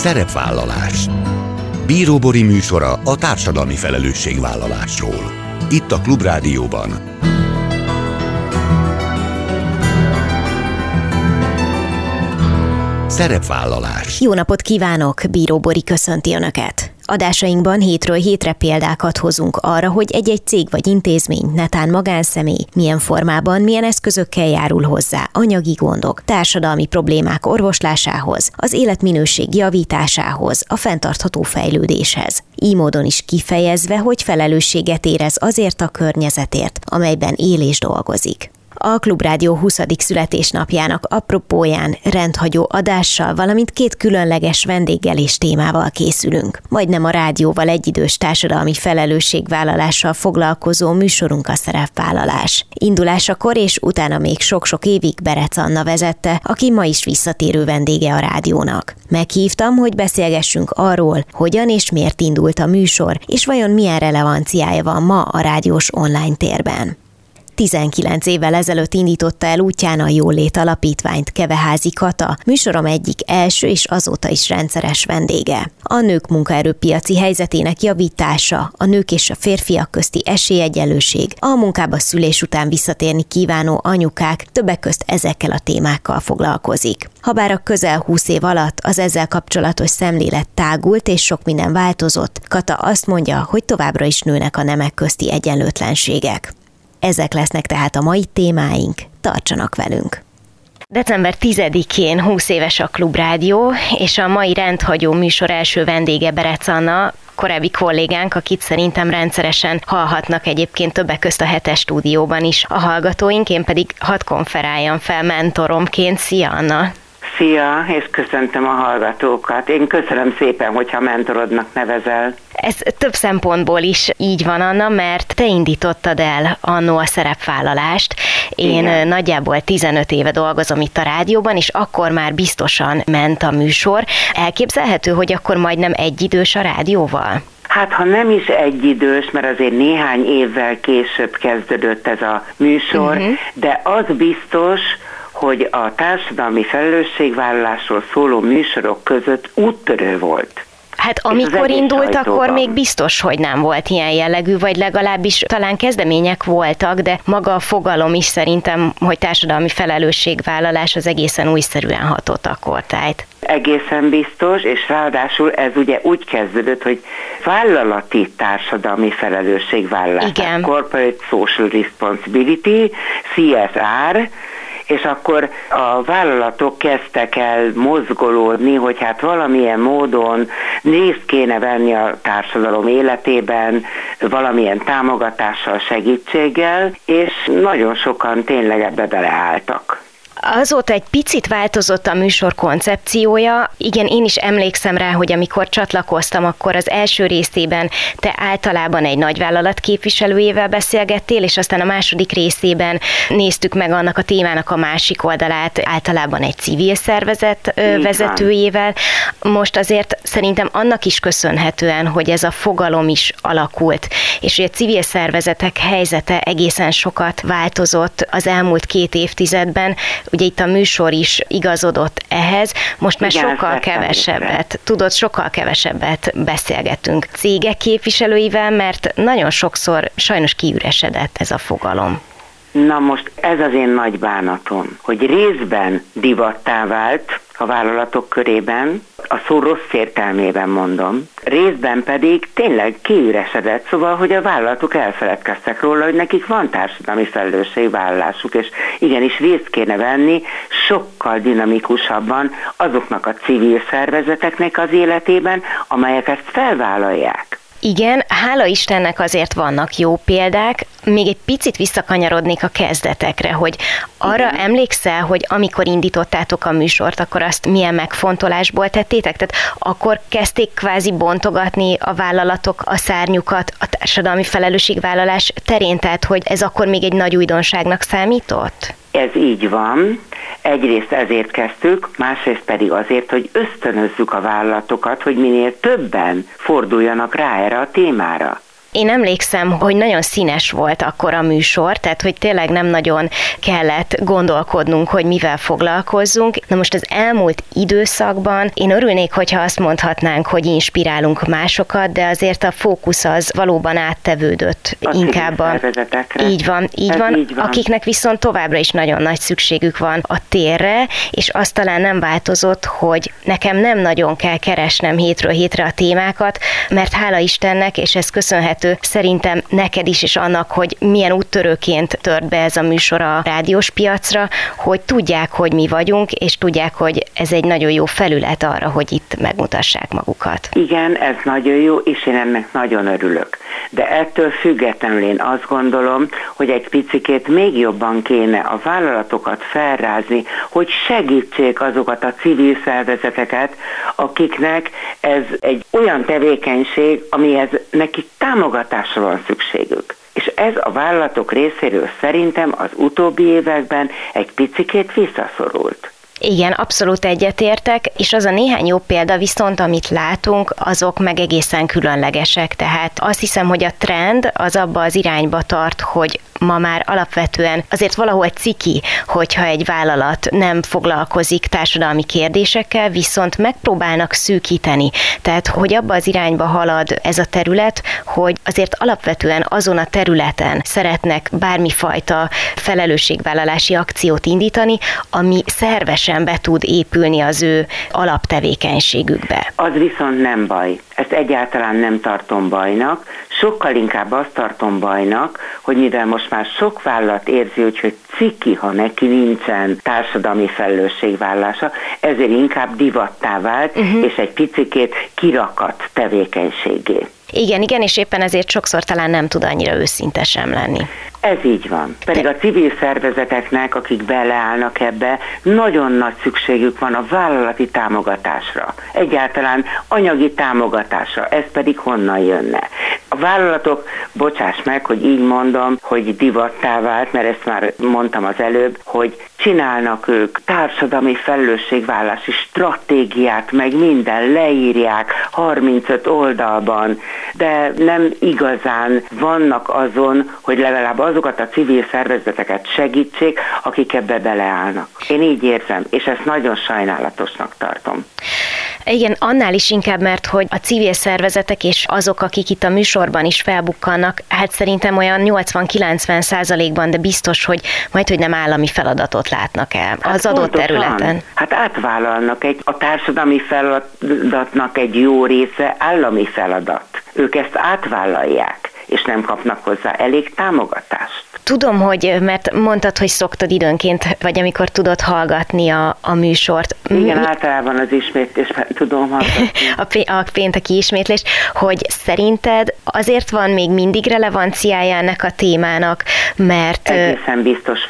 Szerepvállalás. Bíró Bori műsora a társadalmi felelősségvállalásról. Itt a Klubrádióban. Szerepvállalás. Jó napot kívánok! Bíró Bori köszönti Önöket! Adásainkban hétről hétre példákat hozunk arra, hogy egy-egy cég vagy intézmény, netán magánszemély, milyen formában, milyen eszközökkel járul hozzá anyagi gondok, társadalmi problémák orvoslásához, az életminőség javításához, a fenntartható fejlődéshez. Így módon is kifejezve, hogy felelősséget érez azért a környezetért, amelyben él és dolgozik. A Klubrádió 20. születésnapjának apropóján rendhagyó adással, valamint 2 különleges vendéggel és témával készülünk. Majdnem a rádióval egyidős társadalmi felelősségvállalással foglalkozó műsorunk a Szerepvállalás. Indulásakor és utána még sok-sok évig Berec Anna vezette, aki ma is visszatérő vendége a rádiónak. Meghívtam, hogy beszélgessünk arról, hogyan és miért indult a műsor, és vajon milyen relevanciája van ma a rádiós online térben. 19 évvel ezelőtt indította el útján a Jólét Alapítványt Keveházi Kata, műsorom egyik első és azóta is rendszeres vendége. A nők munkaerőpiaci helyzetének javítása, a nők és a férfiak közti esélyegyenlőség, a munkába szülés után visszatérni kívánó anyukák többek közt ezekkel a témákkal foglalkozik. Habár a közel 20 év alatt az ezzel kapcsolatos szemlélet tágult és sok minden változott, Kata azt mondja, hogy továbbra is nőnek a nemek közti egyenlőtlenségek. Ezek lesznek tehát a mai témáink, tartsanak velünk! December 10-én 20 éves a Klubrádió, és a mai rendhagyó műsor első vendége Berec Anna, korábbi kollégánk, akit szerintem rendszeresen hallhatnak egyébként többek közt a 7-es stúdióban is a hallgatóink, én pedig hadd konferáljam fel mentoromként. Szia, Anna! Szia, és köszöntöm a hallgatókat. Én köszönöm szépen, hogyha mentorodnak nevezel. Ez több szempontból is így van, Anna, mert te indítottad el annó a szerepvállalást. Én nagyjából 15 éve dolgozom itt a rádióban, és akkor már biztosan ment a műsor. Elképzelhető, hogy akkor majdnem egyidős a rádióval? Hát, ha nem is egyidős, mert azért néhány évvel később kezdődött ez a műsor, de az biztos, hogy a társadalmi felelősségvállalásról szóló műsorok között úttörő volt. Hát amikor indult, akkor még biztos, hogy nem volt ilyen jellegű, vagy legalábbis talán kezdemények voltak, de maga a fogalom is szerintem, hogy társadalmi felelősségvállalás az egészen újszerűen hatott akkortájt. Egészen biztos, és ráadásul ez ugye úgy kezdődött, hogy vállalati társadalmi felelősségvállalás, Corporate Social Responsibility, CSR, és akkor a vállalatok kezdtek el mozgolódni, hogy hát valamilyen módon részt kéne venni a társadalom életében, valamilyen támogatással, segítséggel, és nagyon sokan tényleg ebbe beleálltak. Azóta egy picit változott a műsor koncepciója. Igen, én is emlékszem rá, hogy amikor csatlakoztam, akkor az első részében te általában egy nagyvállalat képviselőjével beszélgettél, és aztán a második részében néztük meg annak a témának a másik oldalát, általában egy civil szervezet vezetőjével. Most azért szerintem annak is köszönhetően, hogy ez a fogalom is alakult, és hogy a civil szervezetek helyzete egészen sokat változott az elmúlt 2 évtizedben. Ugye itt a műsor is igazodott ehhez, most már sokkal kevesebbet beszélgetünk cégek képviselőivel, mert nagyon sokszor sajnos kiüresedett ez a fogalom. Na most ez az én nagy bánatom, hogy részben divattá vált a vállalatok körében, a szó rossz értelmében mondom, részben pedig tényleg kiüresedett, szóval, hogy a vállalatok elfeledkeztek róla, hogy nekik van társadalmi felelősségvállalásuk, és igenis részt kéne venni sokkal dinamikusabban azoknak a civil szervezeteknek az életében, amelyek ezt felvállalják. Igen, hála Istennek azért vannak jó példák. Még egy picit visszakanyarodnék a kezdetekre, hogy arra emlékszel, hogy amikor indítottátok a műsort, akkor azt milyen megfontolásból tettétek? Tehát akkor kezdték kvázi bontogatni a vállalatok a szárnyukat a társadalmi felelősségvállalás terén, tehát hogy ez akkor még egy nagy újdonságnak számított? Ez így van. Egyrészt ezért kezdtük, másrészt pedig azért, hogy ösztönözzük a vállalatokat, hogy minél többen forduljanak rá erre a témára. Én emlékszem, hogy nagyon színes volt akkor a műsor, tehát hogy tényleg nem nagyon kellett gondolkodnunk, hogy mivel foglalkozzunk. Na most az elmúlt időszakban én örülnék, hogyha azt mondhatnánk, hogy inspirálunk másokat, de azért a fókusz az valóban áttevődött inkább a így van, akiknek viszont továbbra is nagyon nagy szükségük van a térre, és az talán nem változott, hogy nekem nem nagyon kell keresnem hétről hétre a témákat, mert hála Istennek, és ez köszönhető szerintem neked is, és annak, hogy milyen úttörőként tört be ez a műsor a rádiós piacra, hogy tudják, hogy mi vagyunk, és tudják, hogy ez egy nagyon jó felület arra, hogy itt megmutassák magukat. Igen, ez nagyon jó, és én ennek nagyon örülök. De ettől függetlenül én azt gondolom, hogy egy picikét még jobban kéne a vállalatokat felrázni, hogy segítsék azokat a civil szervezeteket, akiknek ez egy olyan tevékenység, amihez nekik támogatásra van szükségük. És ez a vállalatok részéről szerintem az utóbbi években egy picikét visszaszorult. Igen, abszolút egyetértek, és az a néhány jó példa viszont, amit látunk, azok meg egészen különlegesek. Tehát azt hiszem, hogy a trend az abba az irányba tart, hogy ma már alapvetően azért valahol ciki, hogyha egy vállalat nem foglalkozik társadalmi kérdésekkel, viszont megpróbálnak szűkíteni. Tehát, hogy abba az irányba halad ez a terület, hogy azért alapvetően azon a területen szeretnek bármifajta felelősségvállalási akciót indítani, ami szervesen be tud épülni az ő alaptevékenységükbe. Az viszont nem baj. Ezt egyáltalán nem tartom bajnak. Sokkal inkább azt tartom bajnak, hogy mivel most már sok vállalat érzi, hogy ciki, ha neki nincsen társadalmi felelősségvállása, ezért inkább divattá vált, és egy picikét kirakat tevékenységé. Igen, és éppen ezért sokszor talán nem tud annyira őszinte sem lenni. Ez így van. Pedig a civil szervezeteknek, akik beleállnak ebbe, nagyon nagy szükségük van a vállalati támogatásra. Egyáltalán anyagi támogatásra. Ez pedig honnan jönne? A vállalatok, bocsáss meg, hogy így mondom, hogy divattá vált, mert ezt már mondtam az előbb, hogy csinálnak ők társadalmi felelősségvállalási stratégiát, meg minden leírják 35 oldalban, de nem igazán vannak azon, hogy legalább azokat a civil szervezeteket segítsék, akik ebbe beleállnak. Én így érzem, és ezt nagyon sajnálatosnak tartom. Igen, annál is inkább, mert hogy a civil szervezetek és azok, akik itt a műsorban is felbukkannak, hát szerintem olyan 80-90%-ban, de biztos, hogy majdhogy nem állami feladatot látnak el az adott területen. Hát átvállalnak a társadalmi feladatnak egy jó része állami feladat. Ők ezt átvállalják, és nem kapnak hozzá elég támogatást. Tudom, hogy, mert mondtad, hogy szoktad időnként, vagy amikor tudod hallgatni a műsort. Igen, általában az ismétlésben tudom hallgatni. A pénteki ismétlés, hogy szerinted azért van még mindig relevanciája ennek a témának, mert... Egészen biztos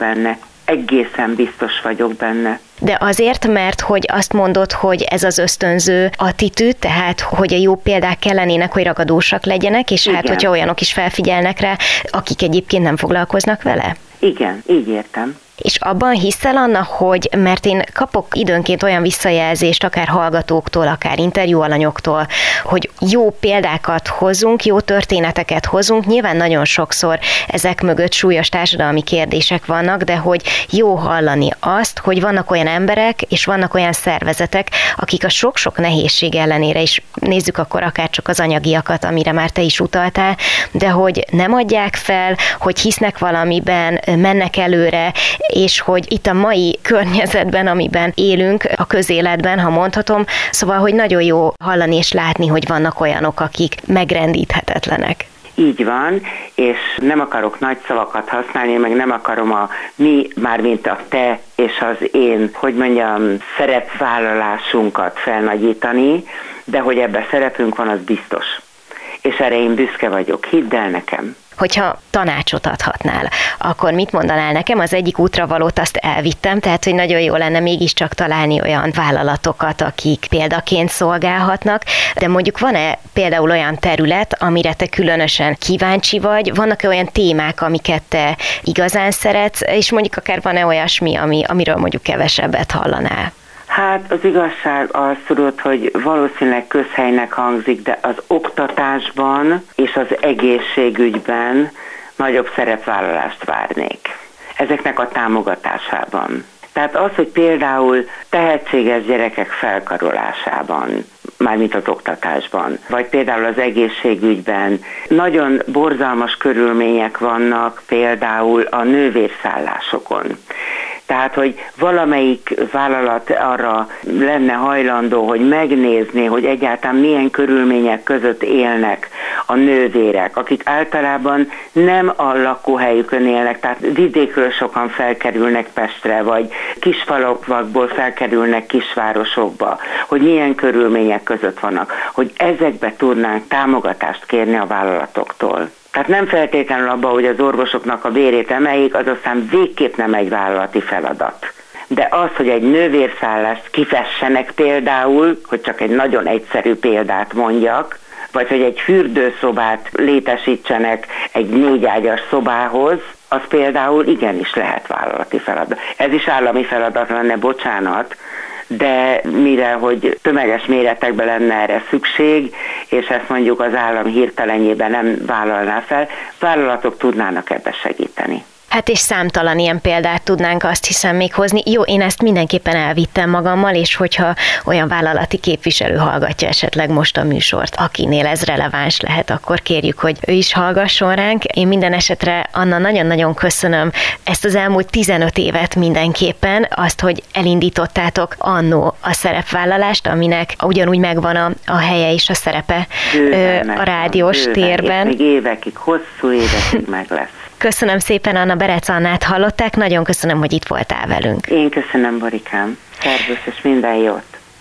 vagyok benne. De azért, mert hogy azt mondod, hogy ez az ösztönző attitűd, tehát hogy a jó példák kellenének, hogy ragadósak legyenek, és igen. Hát hogyha olyanok is felfigyelnek rá, akik egyébként nem foglalkoznak vele? Igen, így értem. És abban hiszel, Anna, hogy, mert én kapok időnként olyan visszajelzést, akár hallgatóktól, akár interjúalanyoktól, hogy jó példákat hozunk, jó történeteket hozunk, nyilván nagyon sokszor ezek mögött súlyos társadalmi kérdések vannak, de hogy jó hallani azt, hogy vannak olyan emberek, és vannak olyan szervezetek, akik a sok-sok nehézség ellenére is, nézzük akkor akár csak az anyagiakat, amire már te is utaltál, de hogy nem adják fel, hogy hisznek valamiben, mennek előre, és hogy itt a mai környezetben, amiben élünk, a közéletben, ha mondhatom, szóval, hogy nagyon jó hallani és látni, hogy vannak olyanok, akik megrendíthetetlenek. Így van, és nem akarok nagy szavakat használni, meg nem akarom a mi, mármint a te és az én, hogy mondjam, szerepvállalásunkat felnagyítani, de hogy ebben szerepünk van, az biztos. És erre én büszke vagyok, hidd el nekem. Hogyha tanácsot adhatnál, akkor mit mondanál nekem? Az egyik útravalót azt elvittem, tehát hogy nagyon jó lenne mégiscsak találni olyan vállalatokat, akik példaként szolgálhatnak, de mondjuk van-e például olyan terület, amire te különösen kíváncsi vagy, vannak-e olyan témák, amiket te igazán szeretsz, és mondjuk akár van-e olyasmi, amiről mondjuk kevesebbet hallanál? Hát az igazság az, tudod, hogy valószínűleg közhelynek hangzik, de az oktatásban és az egészségügyben nagyobb szerepvállalást várnék. Ezeknek a támogatásában. Tehát az, hogy például tehetséges gyerekek felkarolásában, mármint az oktatásban, vagy például az egészségügyben nagyon borzalmas körülmények vannak például a nővérszállásokon. Tehát, hogy valamelyik vállalat arra lenne hajlandó, hogy megnézni, hogy egyáltalán milyen körülmények között élnek a nővérek, akik általában nem a lakóhelyükön élnek, tehát vidékről sokan felkerülnek Pestre, vagy kisfalvakból felkerülnek kisvárosokba, hogy milyen körülmények között vannak, hogy ezekbe tudnánk támogatást kérni a vállalatoktól. Tehát nem feltétlenül abban, hogy az orvosoknak a bérét emeljék, az aztán végképp nem egy vállalati feladat. De az, hogy egy nővérszállást kifessenek például, hogy csak egy nagyon egyszerű példát mondjak, vagy hogy egy fürdőszobát létesítsenek egy 4 ágyas szobához, az például igenis lehet vállalati feladat. Ez is állami feladat lenne, bocsánat, de mivel, hogy tömeges méretekben lenne erre szükség, és ezt mondjuk az állam hirtelenjében nem vállalná fel, vállalatok tudnának ebbe segíteni. Hát és számtalan ilyen példát tudnánk, azt hiszem, még hozni. Jó, én ezt mindenképpen elvittem magammal, és hogyha olyan vállalati képviselő hallgatja esetleg most a műsort, akinél ez releváns lehet, akkor kérjük, hogy ő is hallgasson ránk. Én minden esetre, Anna, nagyon-nagyon köszönöm ezt az elmúlt 15 évet mindenképpen, azt, hogy elindítottátok annó a szerepvállalást, aminek ugyanúgy megvan a helye és a szerepe a rádiós térben. Még évekig, hosszú évekig meg lesz. Köszönöm szépen, Anna, Berec Annát hallották, nagyon köszönöm, hogy itt voltál velünk. Én köszönöm, Borikám. Szervusz, és minden jót.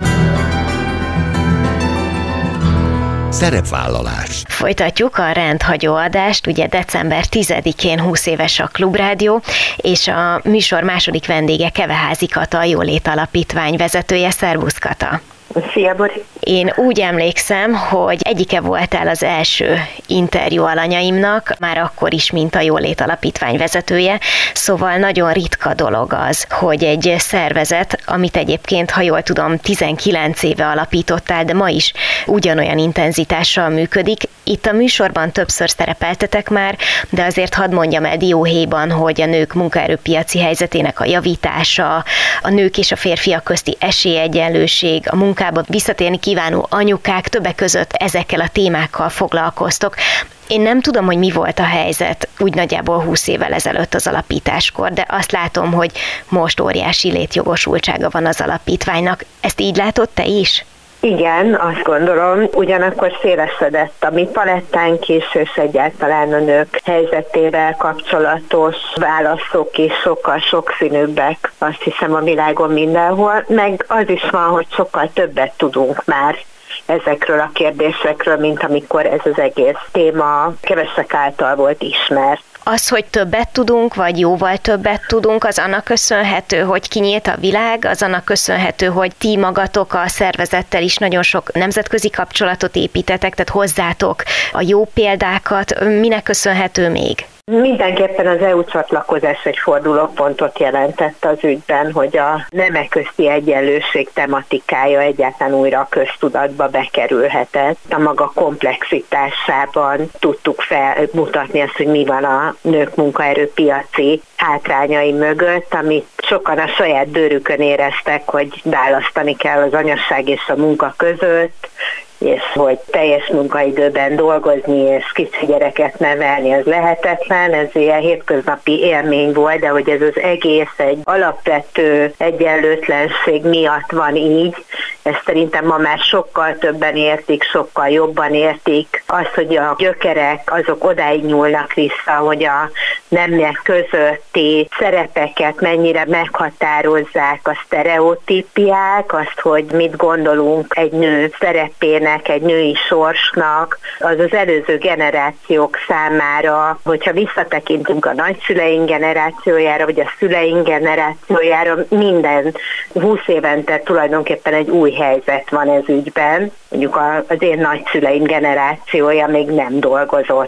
Szerepvállalás. Folytatjuk a rendhagyó adást, ugye december 10-én 20 éves a Klubrádió, és a műsor második vendége Keveházi Kata, a Jólét Alapítvány vezetője. Szervusz, Kata! Szia, Bori! Én úgy emlékszem, hogy egyike voltál az első interjú alanyaimnak, már akkor is, mint a Jólét Alapítvány vezetője, szóval nagyon ritka dolog az, hogy egy szervezet, amit egyébként, ha jól tudom, 19 éve alapítottál, de ma is ugyanolyan intenzitással működik. Itt a műsorban többször szerepeltetek már, de azért hadd mondjam el dióhéjban, hogy a nők munkaerőpiaci helyzetének a javítása, a nők és a férfiak közti esélyegyenlőség, a munkába visszatérni kívánó anyukák, többek között ezekkel a témákkal foglalkoztok. Én nem tudom, hogy mi volt a helyzet úgy nagyjából 20 évvel ezelőtt az alapításkor, de azt látom, hogy most óriási létjogosultsága van az alapítványnak. Ezt így látod te is? Igen, azt gondolom, ugyanakkor széleszedett a mi palettánk is, és egyáltalán a nők helyzetével kapcsolatos válaszok is sokkal sokszínűbbek, azt hiszem, a világon mindenhol, meg az is van, hogy sokkal többet tudunk már ezekről a kérdésekről, mint amikor ez az egész téma kevesek által volt ismert. Az, hogy többet tudunk, vagy jóval többet tudunk, az annak köszönhető, hogy kinyílt a világ, az annak köszönhető, hogy ti magatok a szervezettel is nagyon sok nemzetközi kapcsolatot építetek, tehát hozzátok a jó példákat. Minek köszönhető még? Mindenképpen az EU csatlakozás egy fordulópontot jelentett az ügyben, hogy a nemek közti egyenlőség tematikája egyáltalán újra a köztudatba bekerülhetett. A maga komplexitásában tudtuk felmutatni azt, hogy mi van a nők munkaerőpiaci hátrányai mögött, amit sokan a saját bőrükön éreztek, hogy választani kell az anyaság és a munka között, és hogy teljes munkaidőben dolgozni és kicsi gyereket nevelni, az lehetetlen, ez ilyen hétköznapi élmény volt, de hogy ez az egész egy alapvető egyenlőtlenség miatt van így, ezt szerintem ma már sokkal többen értik, sokkal jobban értik. Az, hogy a gyökerek azok odáig nyúlnak vissza, hogy a nemek közötti szerepeket mennyire meghatározzák a sztereotípiák, azt, hogy mit gondolunk egy nő szerepének, egy női sorsnak, az az előző generációk számára, hogyha visszatekintünk a nagyszüleink generációjára, vagy a szüleink generációjára, minden 20 évente tulajdonképpen egy új helyzet van ez ügyben. Mondjuk az én nagyszüleim generációja még nem dolgozott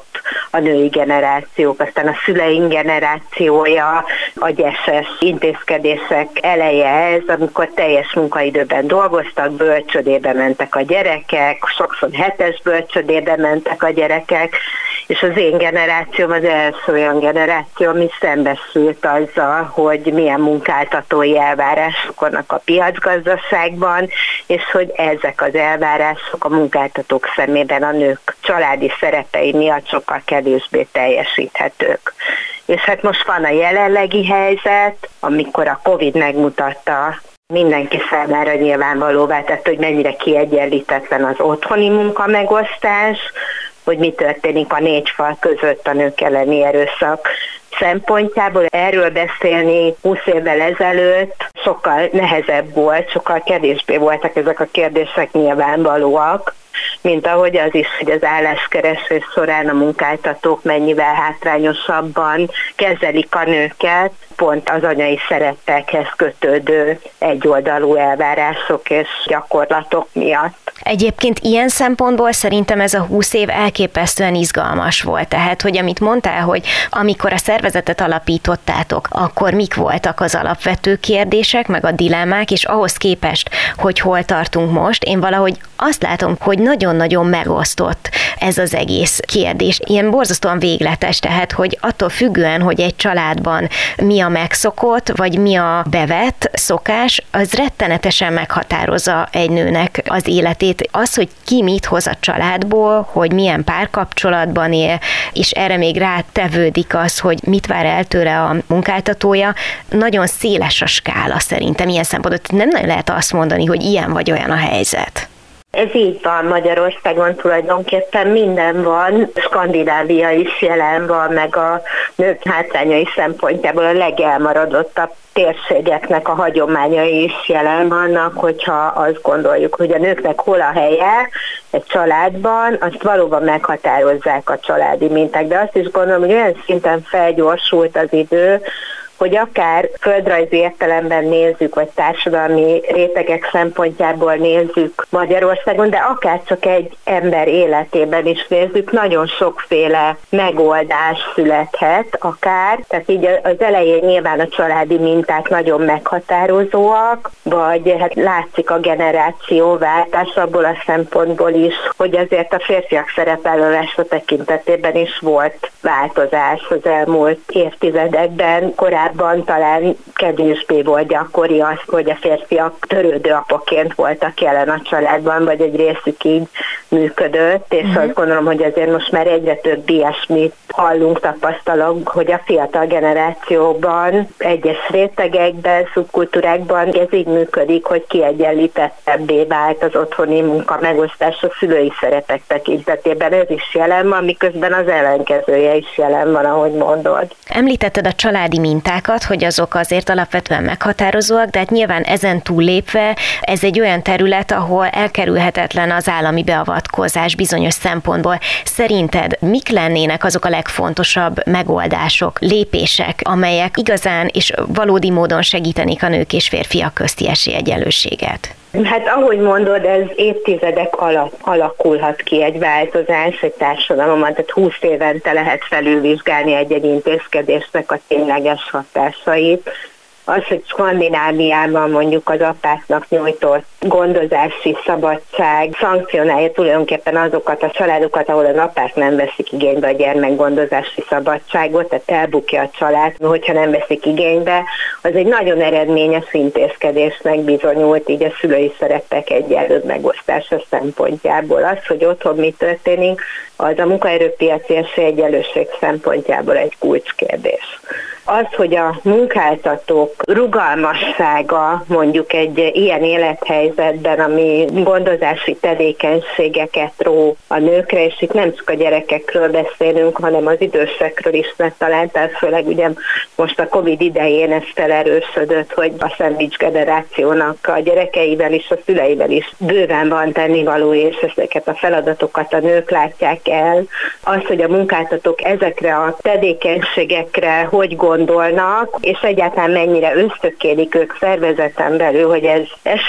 a női generációk, aztán a szüleink generációja, a gyeses intézkedések eleje ez, amikor teljes munkaidőben dolgoztak, bölcsödébe mentek a gyerekek, sokszor 7-es bölcsödébe mentek a gyerekek, és az én generációm az első olyan generáció, ami szembesült azzal, hogy milyen munkáltatói elvárások vannak a piacgazdaságban, és hogy ezek az elvárások a munkáltatók szemében a nők családi szerepei miatt sokkal kevésbé teljesíthetők. És hát most van a jelenlegi helyzet, amikor a Covid megmutatta mindenki számára nyilvánvalóvá tett, hogy mennyire kiegyenlítetlen az otthoni munkamegosztás, hogy mi történik a 4 fal között a nők elleni erőszak szempontjából. Erről beszélni 20 évvel ezelőtt sokkal nehezebb volt, sokkal kevésbé voltak ezek a kérdések nyilvánvalóak, mint ahogy az is, hogy az álláskeresés során a munkáltatók mennyivel hátrányosabban kezelik a nőket, pont az anyai szerepekhez kötődő egyoldalú elvárások és gyakorlatok miatt. Egyébként ilyen szempontból szerintem ez a 20 év elképesztően izgalmas volt. Tehát, hogy amit mondtál, hogy amikor a szervezetet alapítottátok, akkor mik voltak az alapvető kérdések, meg a dilemmák, és ahhoz képest, hogy hol tartunk most, én valahogy azt látom, hogy nagyon-nagyon megosztott ez az egész kérdés. Ilyen borzasztóan végletes, tehát, hogy attól függően, hogy egy családban mi a megszokott, vagy mi a bevett szokás, az rettenetesen meghatározza egy nőnek az életét. Az, hogy ki mit hoz a családból, hogy milyen párkapcsolatban él, és erre még rátevődik az, hogy mit vár el tőle a munkáltatója, nagyon széles a skála szerintem ilyen szempontból. Nem nagyon lehet azt mondani, hogy ilyen vagy olyan a helyzet. Ez így van, Magyarországon tulajdonképpen minden van, Skandinávia is jelen van, meg a nők hátrányai szempontjából a legelmaradottabb térségeknek a hagyományai is jelen vannak, hogyha azt gondoljuk, hogy a nőknek hol a helye egy családban, azt valóban meghatározzák a családi minták, de azt is gondolom, hogy olyan szinten felgyorsult az idő, hogy akár földrajzi értelemben nézzük, vagy társadalmi rétegek szempontjából nézzük Magyarországon, de akár csak egy ember életében is nézzük, nagyon sokféle megoldás születhet akár. Tehát így az elején nyilván a családi minták nagyon meghatározóak, vagy hát látszik a generációváltás abból a szempontból is, hogy azért a férfiak szerepvállalása tekintetében is volt változás az elmúlt évtizedekben. Korábban talán kevésbé volt gyakori az, hogy a férfiak törődő apaként voltak jelen a családban, vagy egy részük így működött, és azt gondolom, hogy azért most már egyre több ilyesmit hallunk, tapasztalunk, hogy a fiatal generációban, egyes rétegekben, szubkultúrákban ez így működik, hogy kiegyenlítettebbé vált az otthoni munka megosztás a szülői szerepek tekintetében. Ez is jelen van, miközben az ellenkezője is jelen van, ahogy mondod. Említetted a családi mintákat, hogy azok azért alapvetően meghatározóak, de hát nyilván ezen túllépve ez egy olyan terület, ahol elkerülhetetlen az állami beavatkozás bizonyos szempontból. Szerinted mik lennének azok a legfontosabb megoldások, lépések, amelyek igazán és valódi módon segítenék a nők és férfiak közti esélyegyenlőséget? Hát ahogy mondod, ez évtizedek alatt alakulhat ki egy változás, egy társadalomban, tehát 20 évente lehet felülvizsgálni egy-egy intézkedésnek a tényleges hatásait. Az, hogy Skandináviában mondjuk az apáknak nyújtott gondozási szabadság szankcionálja tulajdonképpen azokat a családokat, ahol az apák nem veszik igénybe a gyermekgondozási szabadságot, tehát elbukja a család, hogyha nem veszik igénybe, az egy nagyon eredményes intézkedésnek bizonyult így a szülői szerepek egyenlő megosztása szempontjából. Az, hogy otthon mi történik, az a munkaerőpiaci esélyegyenlőség szempontjából egy kulcskérdés. Az, hogy a munkáltatók rugalmassága mondjuk egy ilyen élethelyzetben, ami gondozási tevékenységeket ró a nőkre, és itt nem csak a gyerekekről beszélünk, hanem az idősekről is, mert talán főleg ugye most a Covid idején ez felerősödött, hogy a szendvics generációnak a gyerekeivel és a szüleivel is bőven van tennivaló, és ezeket a feladatokat a nők látják el. Az, hogy a munkáltatók ezekre a tevékenységekre hogy gondolnak, és egyáltalán mennyire ösztökélik ők szervezeten belül, hogy ez esetleg a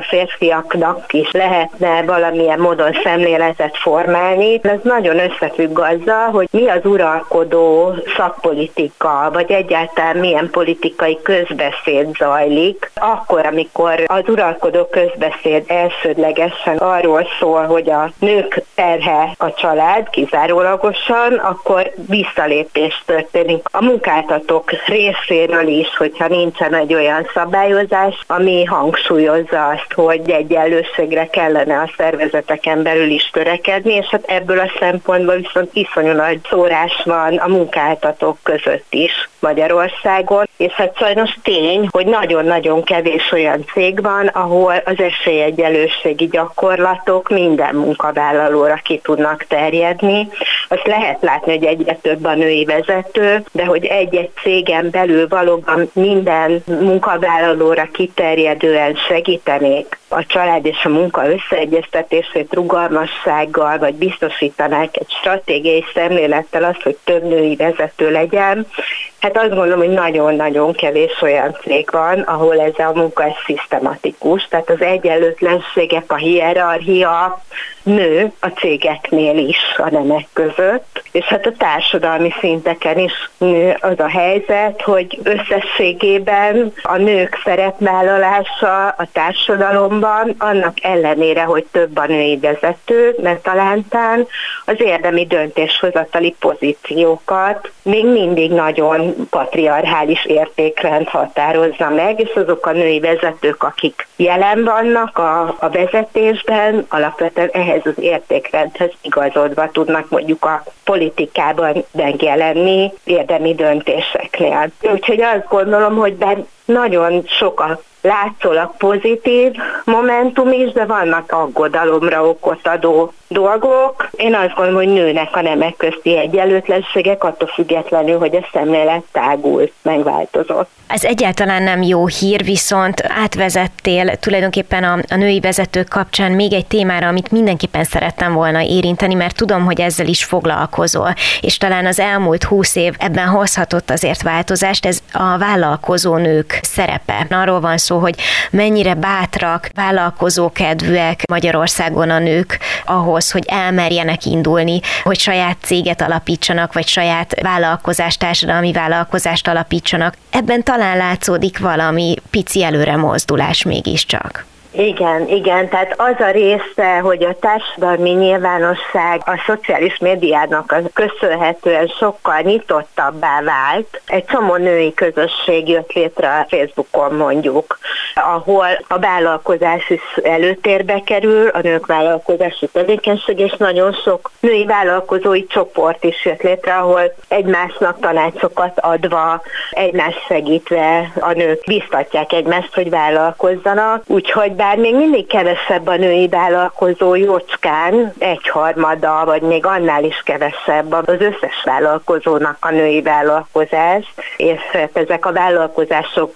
férfiaknak is lehetne valamilyen módon szemléletet formálni. Ez nagyon összefügg azzal, hogy mi az uralkodó szakpolitika, vagy egyáltalán milyen politikai közbeszéd zajlik. Akkor, amikor az uralkodó közbeszéd elsődlegesen arról szól, hogy a nők terhe a család kizárólagosan, akkor visszalépés történik a munkáltatók részéről is, hogyha nincsen egy olyan szabályozás, ami hangsúlyozza azt, hogy egyenlőségre kellene a szervezeteken belül is törekedni, és hát ebből a szempontból viszont iszonyú nagy szórás van a munkáltatók között is Magyarországon, és hát sajnos tény, hogy nagyon-nagyon kevés olyan cég van, ahol az esélyegyenlőségi gyakorlatok minden munkavállalóra ki tudnak terjedni. Azt lehet látni, hogy egyre több a női vezető, de hogy egy-egy cégen belül valóban minden munkavállalóra kiterjedően segítenék a család és a munka összeegyeztetését rugalmassággal, vagy biztosítanák egy stratégiai szemlélettel azt, hogy több női vezető legyen. Hát azt gondolom, hogy nagyon-nagyon kevés olyan cég van, ahol ez a munka szisztematikus, tehát az egyenlőtlenségek, a hierarchia nő a cégeknél is a nemek között, és hát a társadalmi szinteken is nő az a helyzet, hogy összességében a nők szerepvállalása a társadalomban, annak ellenére, hogy több a női vezető, mert talántán az érdemi döntéshozatali pozíciókat még mindig nagyon patriarchális értékrend határozza meg, és azok a női vezetők, akik jelen vannak a vezetésben, alapvetően ehhez az értékrendhez igazodva tudnak mondjuk a politikában megjelenni érdemi döntéseknél. Úgyhogy azt gondolom, hogy nagyon sok a látszólag pozitív momentum is, de vannak aggodalomra okot adó dolgok. Én azt gondolom, hogy nőnek a nemek közti egyenlőtlenségek, attól függetlenül, hogy a szemlélet tágult, megváltozott. Ez egyáltalán nem jó hír, viszont átvezettél tulajdonképpen a női vezetők kapcsán még egy témára, amit mindenképpen szerettem volna érinteni, mert tudom, hogy ezzel is foglalkozol, és talán az elmúlt 20 év ebben hozhatott azért változást, ez a vállalkozó nők szerepe. Arról van szó, hogy mennyire bátrak, vállalkozókedvűek Magyarországon a nők ahhoz, hogy elmerjenek indulni, hogy saját céget alapítsanak, vagy saját vállalkozást, társadalmi vállalkozást alapítsanak. Ebben talán látszódik valami pici előremozdulás mégiscsak. Igen, tehát az a része, hogy a társadalmi nyilvánosság a szociális médiának köszönhetően sokkal nyitottabbá vált. Egy csomó női közösség jött létre a Facebookon mondjuk, ahol a vállalkozás is előtérbe kerül, a nők vállalkozási tevékenység, és nagyon sok női vállalkozói csoport is jött létre, ahol egymásnak tanácsokat adva, egymást segítve a nők biztatják egymást, hogy vállalkozzanak. Úgyhogy bár még mindig kevesebb a női vállalkozó, jócskán, 1/3, vagy még annál is kevesebb az összes vállalkozónak a női vállalkozás, és ezek a vállalkozások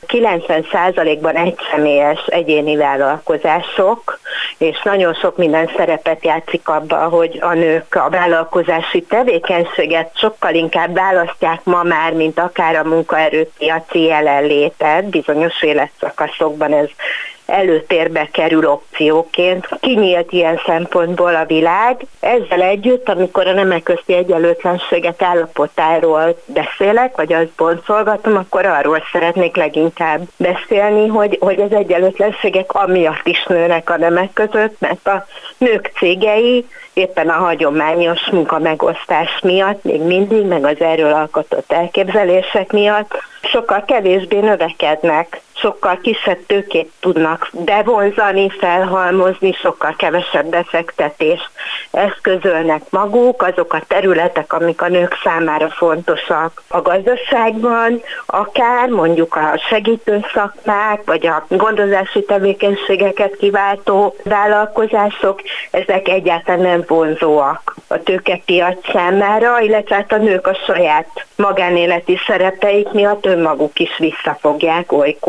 90%-ban egyszemélyes egyéni vállalkozások, és nagyon sok minden szerepet játszik abban, hogy a nők a vállalkozási tevékenységet sokkal inkább választják ma már, mint akár a munkaerőpiaci jelenlétet. Bizonyos életszakaszokban ez előtérbe kerül opcióként. Kinyílt ilyen szempontból a világ. Ezzel együtt, amikor a nemek közti egyenlőtlenségek állapotáról beszélek, vagy azt boncolgatom, akkor arról szeretnék leginkább beszélni, hogy az egyenlőtlenségek amiatt is nőnek a nemek között, mert a nők cégei éppen a hagyományos munkamegosztás miatt, még mindig, meg az erről alkotott elképzelések miatt sokkal kevésbé növekednek, sokkal kisebb tőkét tudnak bevonzani, felhalmozni, sokkal kevesebb befektetést eszközölnek maguk, azok a területek, amik a nők számára fontosak a gazdaságban, akár mondjuk a segítő szakmák, vagy a gondozási tevékenységeket kiváltó vállalkozások, ezek egyáltalán nem vonzóak a tőkepiac számára, illetve hát a nők a saját magánéleti szerepeik miatt önmaguk is visszafogják olykor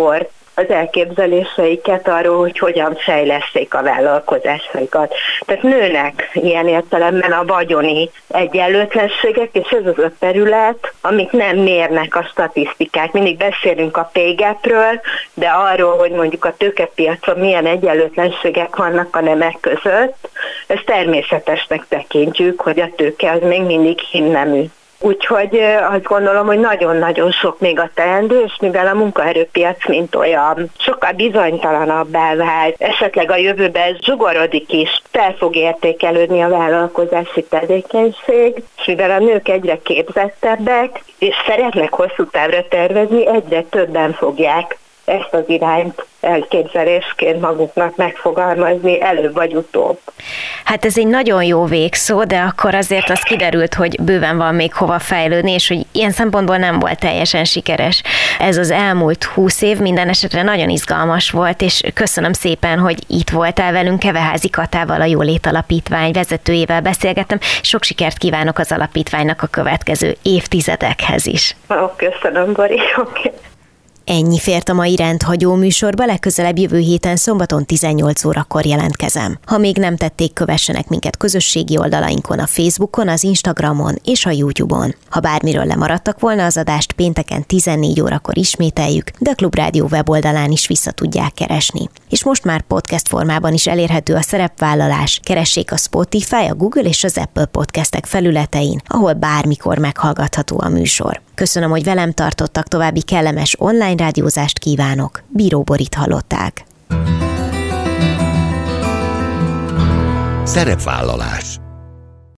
az elképzeléseiket arról, hogy hogyan fejleszték a vállalkozásaikat. Tehát nőnek ilyen értelemben a vagyoni egyenlőtlenségek, és ez az a terület, amit nem mérnek a statisztikák. Mindig beszélünk a pay gapről, de arról, hogy mondjuk a tőkepiacon milyen egyenlőtlenségek vannak a nemek között, ezt természetesnek tekintjük, hogy a tőke az még mindig hímnemű. Úgyhogy azt gondolom, hogy nagyon-nagyon sok még a teendő, és mivel a munkaerőpiac mint olyan sokkal bizonytalanabbá vált, esetleg a jövőben zsugorodik is, fel fog értékelődni a vállalkozási tevékenység, és mivel a nők egyre képzettebbek, és szeretnek hosszú távra tervezni, egyre többen fogják ezt az irányt elképzelésként maguknak megfogalmazni előbb vagy utóbb. Hát ez egy nagyon jó végszó, de akkor azért az kiderült, hogy bőven van még hova fejlődni, és hogy ilyen szempontból nem volt teljesen sikeres. Ez az elmúlt 20 év minden esetre nagyon izgalmas volt, és köszönöm szépen, hogy itt voltál velünk. Keveházi Katával, a Jólét Alapítvány vezetőjével beszélgettem. Sok sikert kívánok az alapítványnak a következő évtizedekhez is. Köszönöm, Bori. Ennyi fért a mai rendhagyó műsorba, legközelebb jövő héten szombaton 18 órakor jelentkezem. Ha még nem tették, kövessenek minket közösségi oldalainkon, a Facebookon, az Instagramon és a YouTube-on. Ha bármiről lemaradtak volna, az adást pénteken 14 órakor ismételjük, de a Klubrádió weboldalán is vissza tudják keresni. És most már podcast formában is elérhető a Szerepvállalás. Keressék a Spotify, a Google és az Apple podcastek felületein, ahol bármikor meghallgatható a műsor. Köszönöm, hogy velem tartottak, további kellemes online rádiózást kívánok. Bíró Borit hallották. Szerepvállalás.